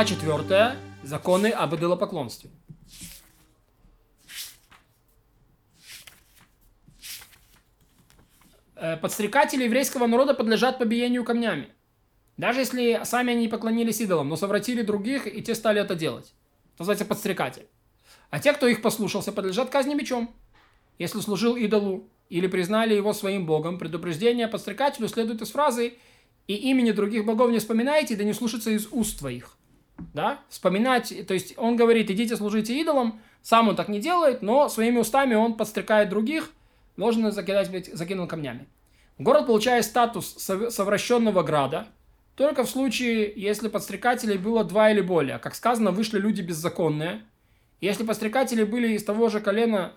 Глава 4. Законы об идолопоклонстве. Подстрекатели еврейского народа подлежат побиению камнями. Даже если сами они не поклонились идолам, но совратили других, и те стали это делать. Это называется подстрекатель. А те, кто их послушался, подлежат казни мечом. Если служил идолу или признали его своим богом, предупреждение подстрекателю следует из фразы «И имени других богов не вспоминайте, да не слушаться из уст твоих». Да? Вспоминать, то есть он говорит, идите служите идолам, сам он так не делает, но своими устами он подстрекает других, можно закинуть камнями. Город получает статус совращенного града только в случае, если подстрекателей было 2 или более. Как сказано, вышли люди беззаконные. Если подстрекатели были из того же колена,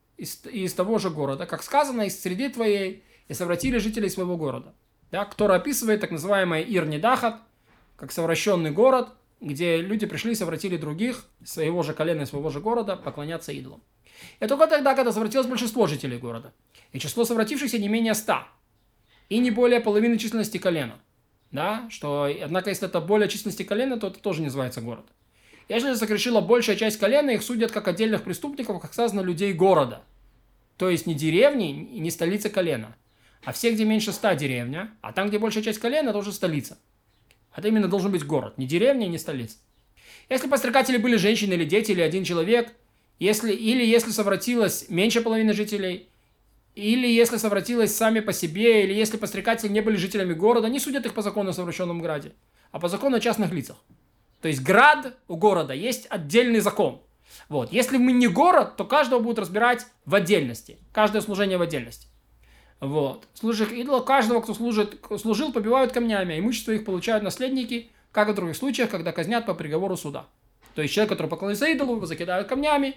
из того же города, как сказано, из среды твоей, и совратили жителей своего города. Да? Ктора описывает так называемый Ир-Недахат, как совращенный город, где люди пришли и совратили других, своего же колена и своего же города, поклоняться идолам. И только тогда, когда совратилось большинство жителей города. И число совратившихся не менее 100. И не более половины численности колена. Да? Однако, если это более численности колена, то это тоже не называется город. Если согрешила большая часть колена, их судят как отдельных преступников, как сказано, людей города. То есть не деревни и не столица колена. А все, где меньше 100 деревня, а там, где большая часть колена, это уже столица. Это именно должен быть город, не деревня, не столица. Если подстрекатели были женщины или дети, или один человек, если совратилось меньше половины жителей, или если совратилось сами по себе, или если подстрекатели не были жителями города, не судят их по закону о совращенном граде, а по закону о частных лицах. То есть град у города есть отдельный закон. Вот. Если мы не город, то каждого будут разбирать в отдельности. Каждое служение в отдельности. Вот. Служащих идолов, каждого, кто служил, побивают камнями, а имущество их получают наследники, как и в других случаях, когда казнят по приговору суда. То есть человек, который поклонился идолу, его закидают камнями,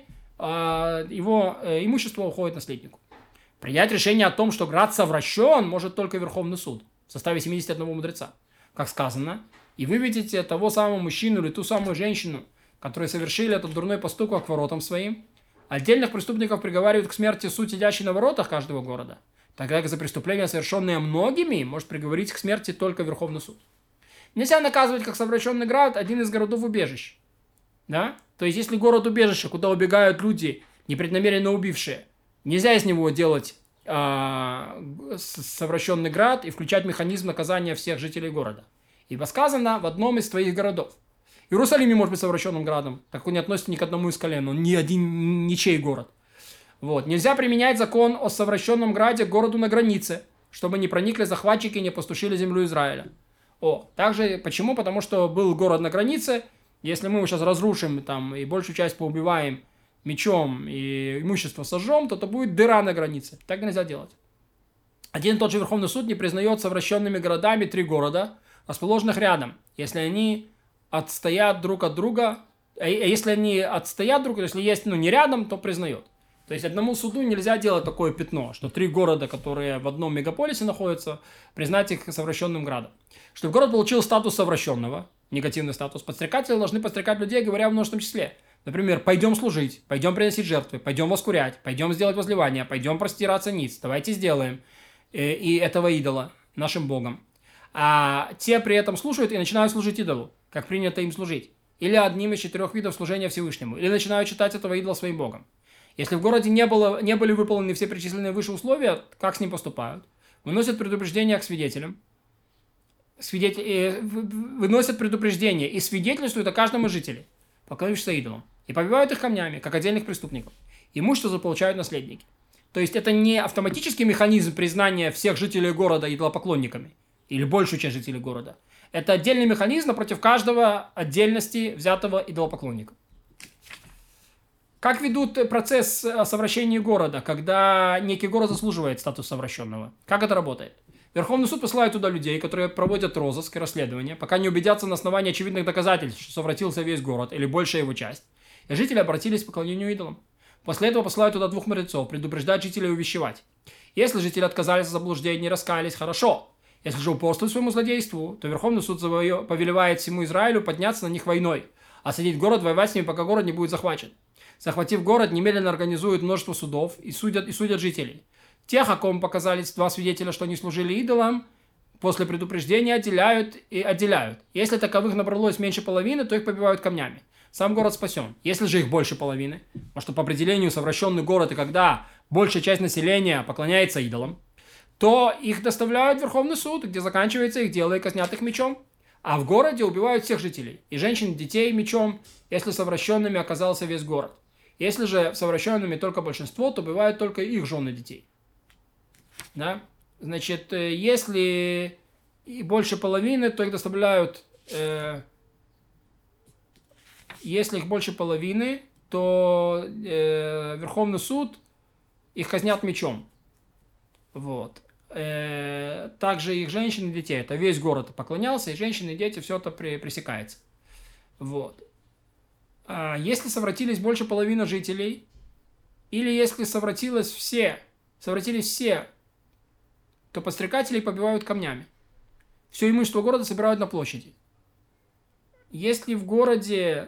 а его имущество уходит наследнику. Принять решение о том, что град совращен, может только Верховный суд в составе 71 мудреца. Как сказано, и вы видите того самого мужчину или ту самую женщину, которые совершили этот дурной поступок к воротам своим. Отдельных преступников приговаривают к смерти суд, сидящий на воротах каждого города. Тогда как за преступления, совершенные многими, может приговорить к смерти только Верховный суд. Нельзя наказывать, как совращенный град, один из городов-убежищ. Да? То есть, если город-убежище, куда убегают люди, непреднамеренно убившие, нельзя из него делать совращенный град и включать механизм наказания всех жителей города. Ибо сказано в одном из твоих городов. Иерусалим не может быть совращенным градом, так как он не относится ни к одному из колен, он ничей город. Вот. Нельзя применять закон о совращенном граде к городу на границе, чтобы не проникли захватчики и не опустошили землю Израиля. Также почему? Потому что был город на границе, если мы его сейчас разрушим там, и большую часть поубиваем мечом и имущество сожжем, то это будет дыра на границе. Так нельзя делать. Один и тот же Верховный суд не признает совращенными городами 3 города, расположенных рядом, если они отстоят друг от друга. Если они отстоят друг, если есть не рядом, то признает. То есть одному суду нельзя делать такое пятно, что 3 города, которые в одном мегаполисе находятся, признать их совращенным градом. Чтобы город получил статус совращенного, негативный статус, подстрекатели должны подстрекать людей, говоря в множественном числе. Например, пойдем служить, пойдем приносить жертвы, пойдем воскурять, пойдем сделать возливание, пойдем простираться ниц, давайте сделаем и этого идола нашим богом. А те при этом слушают и начинают служить идолу, как принято им служить. Или одним из 4 видов служения Всевышнему, или начинают считать этого идола своим богом. Если в городе не были выполнены все перечисленные выше условия, как с ним поступают? Выносят предупреждение к свидетелям. Выносят предупреждение и свидетельствуют о каждом из жителей, поклонившихся идолам. И побивают их камнями, как отдельных преступников. Имущество получают наследники. То есть это не автоматический механизм признания всех жителей города идолопоклонниками. Или большую часть жителей города. Это отдельный механизм против каждого отдельности взятого идолопоклонника. Как ведут процесс совращения города, когда некий город заслуживает статус совращенного? Как это работает? Верховный суд посылает туда людей, которые проводят розыск и расследование, пока не убедятся на основании очевидных доказательств, что совратился весь город или большая его часть, и жители обратились к поклонению идолам. После этого посылают туда 2 мудрецов, предупреждать жителей и увещевать. Если жители отказались от заблуждений и раскаялись, хорошо. Если же упорствуют своему злодейству, то Верховный суд повелевает всему Израилю подняться на них войной, осадить город, воевать с ними, пока город не будет захвачен. Захватив город, немедленно организуют множество судов и судят жителей. Тех, о ком показались 2 свидетеля, что они служили идолам, после предупреждения отделяют и отделяют. Если таковых набралось меньше половины, то их побивают камнями. Сам город спасен. Если же их больше половины, потому что по определению совращенный город, и когда большая часть населения поклоняется идолам, то их доставляют в Верховный суд, где заканчивается их дело и казнят их мечом. А в городе убивают всех жителей, и женщин, и детей мечом, если совращенными оказался весь город. Если же совращенными только большинство, то убивают только их жены и детей. Да? Значит, если и больше половины, то их доставляют... Если их больше половины, то Верховный суд их казнят мечом. Вот. Также их женщин и детей. Это весь город поклонялся, и женщины, и дети, все это пресекается. Вот. Если совратились больше половины жителей, или если совратились все, то подстрекателей побивают камнями. Все имущество города собирают на площади. Если в городе...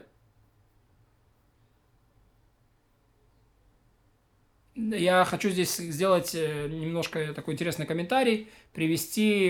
Я хочу здесь сделать немножко такой интересный комментарий, привести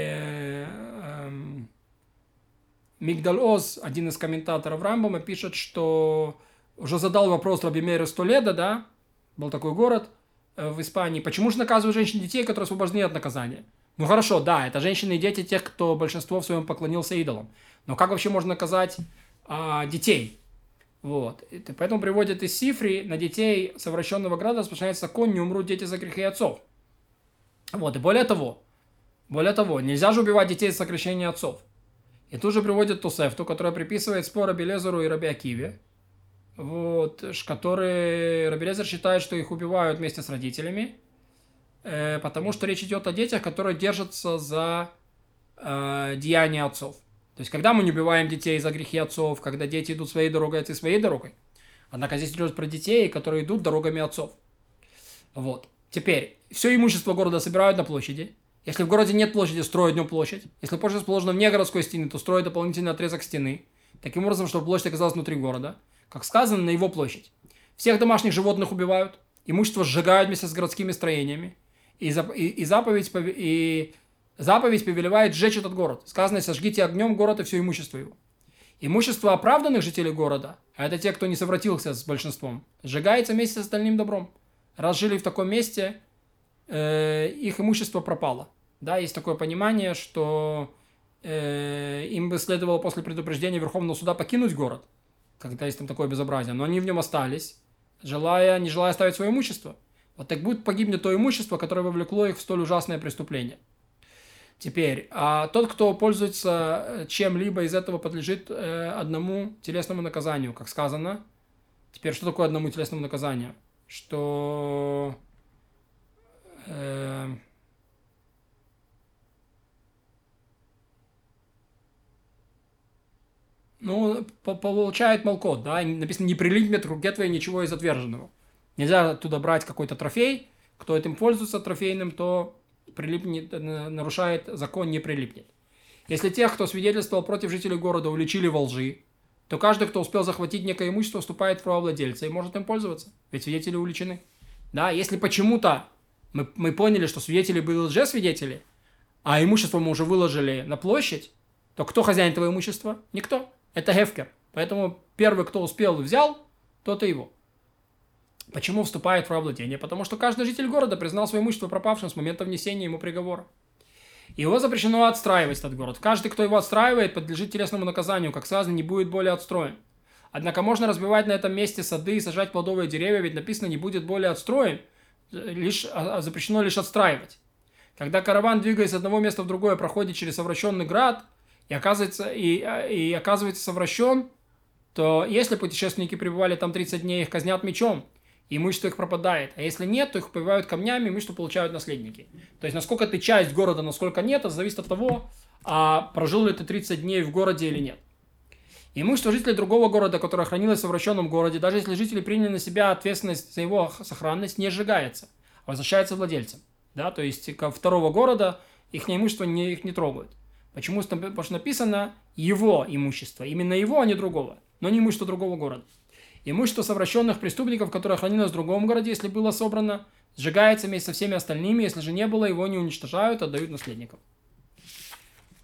Мигдаль Оз, один из комментаторов Рамбама, пишет, что уже задал вопрос Раби Меиру из Толедо, да, был такой город в Испании, почему же наказывают женщин и детей, которые освобождены от наказания? Ну хорошо, да, это женщины и дети тех, кто большинство в своем поклонился идолам, но как вообще можно наказать детей? Вот. И поэтому приводят из Сифри: на детей совращенного града распространяется закон: не умрут дети за грехи отцов. Вот. И более того, нельзя же убивать детей за сокращение отцов. И тут же приводит Тосефту, которая приписывает спор Раби Элиэзеру и Раби Акиве, вот, который Раби Элиэзер считает, что их убивают вместе с родителями, потому что речь идет о детях, которые держатся за деяния отцов. То есть, когда мы не убиваем детей за грехи отцов, когда дети идут своей дорогой, отцы своей дорогой. Однако здесь идет про детей, которые идут дорогами отцов. Вот. Теперь, все имущество города собирают на площади. Если в городе нет площади, строят днем площадь. Если площадь расположена вне городской стены, то строят дополнительный отрезок стены. Таким образом, чтобы площадь оказалась внутри города. Как сказано, на его площадь. Всех домашних животных убивают. Имущество сжигают вместе с городскими строениями. И заповедь повелевает сжечь этот город. Сказано: сожгите огнем город и все имущество его. Имущество оправданных жителей города, а это те, кто не совратился с большинством, сжигается вместе с остальным добром. Раз жили в таком месте, их имущество пропало. Да, есть такое понимание, что им бы следовало после предупреждения Верховного суда покинуть город, когда есть там такое безобразие, но они в нем остались, не желая оставить свое имущество. Вот так будет погибнет то имущество, которое вовлекло их в столь ужасное преступление. Теперь, тот, кто пользуется чем-либо из этого, подлежит одному телесному наказанию, как сказано. Теперь, что такое одному телесному наказанию? Что получает молкот, да, написано: не прилипнет к руке твоей ничего из отверженного. Нельзя оттуда брать какой-то трофей, кто этим пользуется трофейным, то прилипнет, нарушает закон, не прилипнет. Если тех, кто свидетельствовал против жителей города, уличили во лжи, то каждый, кто успел захватить некое имущество, вступает в право владельца и может им пользоваться, ведь свидетели уличены. Да, если почему-то мы поняли, что свидетели были лжесвидетели, а имущество мы уже выложили на площадь, то кто хозяин этого имущества? Никто. Это гефкер. Поэтому первый, кто успел и взял, тот и его. Почему вступает в право владения? Потому что каждый житель города признал свое имущество пропавшим с момента внесения ему приговора. Его запрещено отстраивать, этот город. Каждый, кто его отстраивает, подлежит телесному наказанию, как сказано, не будет более отстроен. Однако можно разбивать на этом месте сады и сажать плодовые деревья, ведь написано: не будет более отстроен, запрещено лишь отстраивать. Когда караван, двигаясь с одного места в другое, проходит через совращенный град и оказывается совращен, то если путешественники пребывали там 30 дней, их казнят мечом, и имущество их пропадает. А если нет, то их побивают камнями, имущество получают наследники. То есть, насколько ты часть города, насколько нет, это зависит от того, прожил ли ты 30 дней в городе или нет. Имущество жителей другого города, которое хранилось в совращенном городе, даже если жители приняли на себя ответственность за его сохранность, не сжигается, а возвращается владельцам. Да? То есть, ко второго города их имущество их не трогают. Почему? Потому что написано его имущество. Именно его, а не другого. Но не имущество другого города. Имущество совращенных преступников, которое хранилось в другом городе, если было собрано, сжигается вместе со всеми остальными. Если же не было, его не уничтожают, отдают наследникам.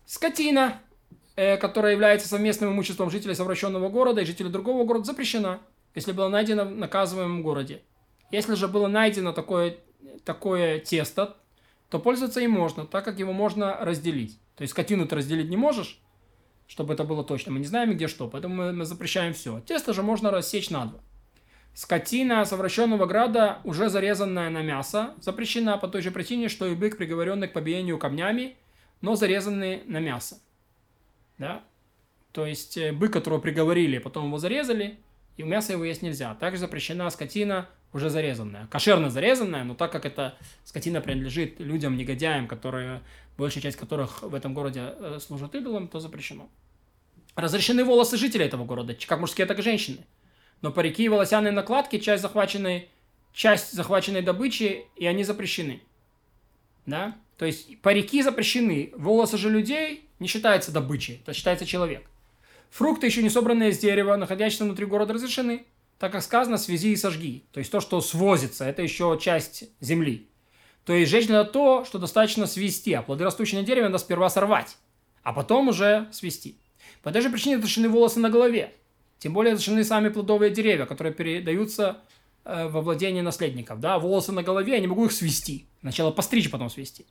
Скотина, которая является совместным имуществом жителей совращенного города и жителей другого города, запрещена, если было найдено в наказываемом городе. Если же было найдено такое тесто, то пользоваться им можно, так как его можно разделить. То есть скотину ты разделить не можешь, чтобы это было точно. Мы не знаем, где что, поэтому мы запрещаем все. Тесто же можно рассечь надвое. Скотина совращенного града, уже зарезанная на мясо, запрещена по той же причине, что и бык, приговоренный к побиению камнями, но зарезанный на мясо. Да? То есть бык, которого приговорили, потом его зарезали, и мясо его есть нельзя. Также запрещена скотина, уже зарезанная. Кошерно зарезанная, но так как эта скотина принадлежит людям, негодяям, большая часть которых в этом городе служат идолам, то запрещено. Разрешены волосы жителей этого города, как мужские, так и женщины. Но парики и волосяные накладки, часть захваченной добычи, и они запрещены. Да? То есть парики запрещены, волосы же людей не считаются добычей, это считается человек. Фрукты, еще не собранные из дерева, находящиеся внутри города, разрешены, так как сказано, свези и сожги. То есть то, что свозится, это еще часть земли. То есть жечь надо то, что достаточно свести, а плоды, растущие на дереве, надо сперва сорвать, а потом уже свести. По той же причине разрешены волосы на голове. Тем более разрешены сами плодовые деревья, которые передаются во владение наследников. Да? Волосы на голове, я не могу их свести. Сначала постричь, потом свести.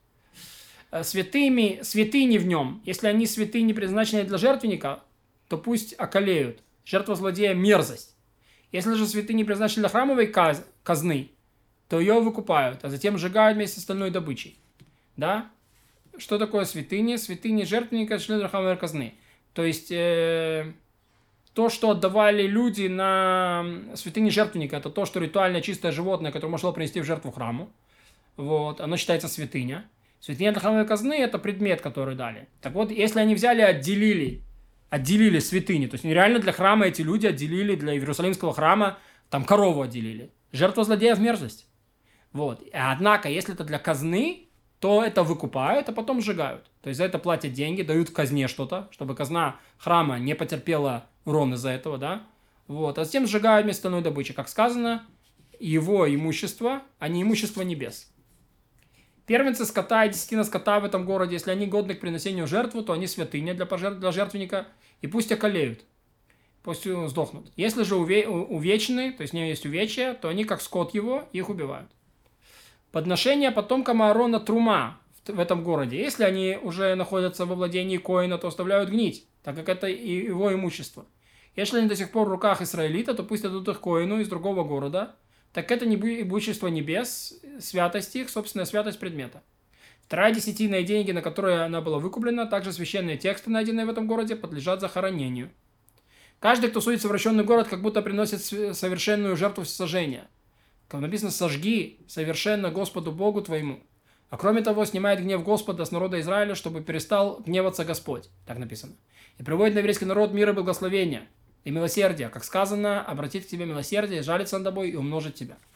Святыни в нем, если они святыни, предназначенные для жертвенника, то пусть околеют. Жертва злодея – мерзость. Если же святыни предназначены для храмовой казны, то ее выкупают, а затем сжигают вместе с остальной добычей. Да? Что такое святыни? Святыни жертвенника – члены для храмовой казны. То есть то, что отдавали люди на святыни жертвенника, это то, что ритуально чистое животное, которое можно принести в жертву храму. Вот, оно считается святыня. Святыня для храмовой казны – это предмет, который дали. Так вот, если они взяли и отделили святыни, то есть реально для храма эти люди отделили, для Иерусалимского храма, там корову отделили. Жертва злодеев – мерзость. Вот. Однако, если это для казны, то это выкупают, а потом сжигают. То есть за это платят деньги, дают в казне что-то, чтобы казна храма не потерпела урон из-за этого, да. Вот. А затем сжигают вместо остальной добычи. Как сказано, его имущество, а не имущество небес. Первенцы скота и десятина скота в этом городе, если они годны к приношению жертву, то они святыня для жертвенника, и пусть околеют, пусть сдохнут. Если же увечны, то есть не есть увечья, то они как скот его, их убивают. Подношение потомкам Аарона трума в этом городе. Если они уже находятся во владении коэна, то оставляют гнить, так как это и его имущество. Если они до сих пор в руках израилита, то пусть дадут их коэну из другого города, так это не имущество небес, святость их, собственная святость предмета. Вторая десятина и деньги, на которые она была выкуплена, также священные тексты, найденные в этом городе, подлежат захоронению. Каждый, кто судит совращенный город, как будто приносит совершенную жертву всесожжения. Как написано, сожги совершенно Господу Богу твоему. А кроме того, снимает гнев Господа с народа Израиля, чтобы перестал гневаться Господь. Так написано. И приводит на еврейский народ мир и благословения и милосердие. Как сказано, обратит к тебе милосердие, жалится над тобой и умножит тебя.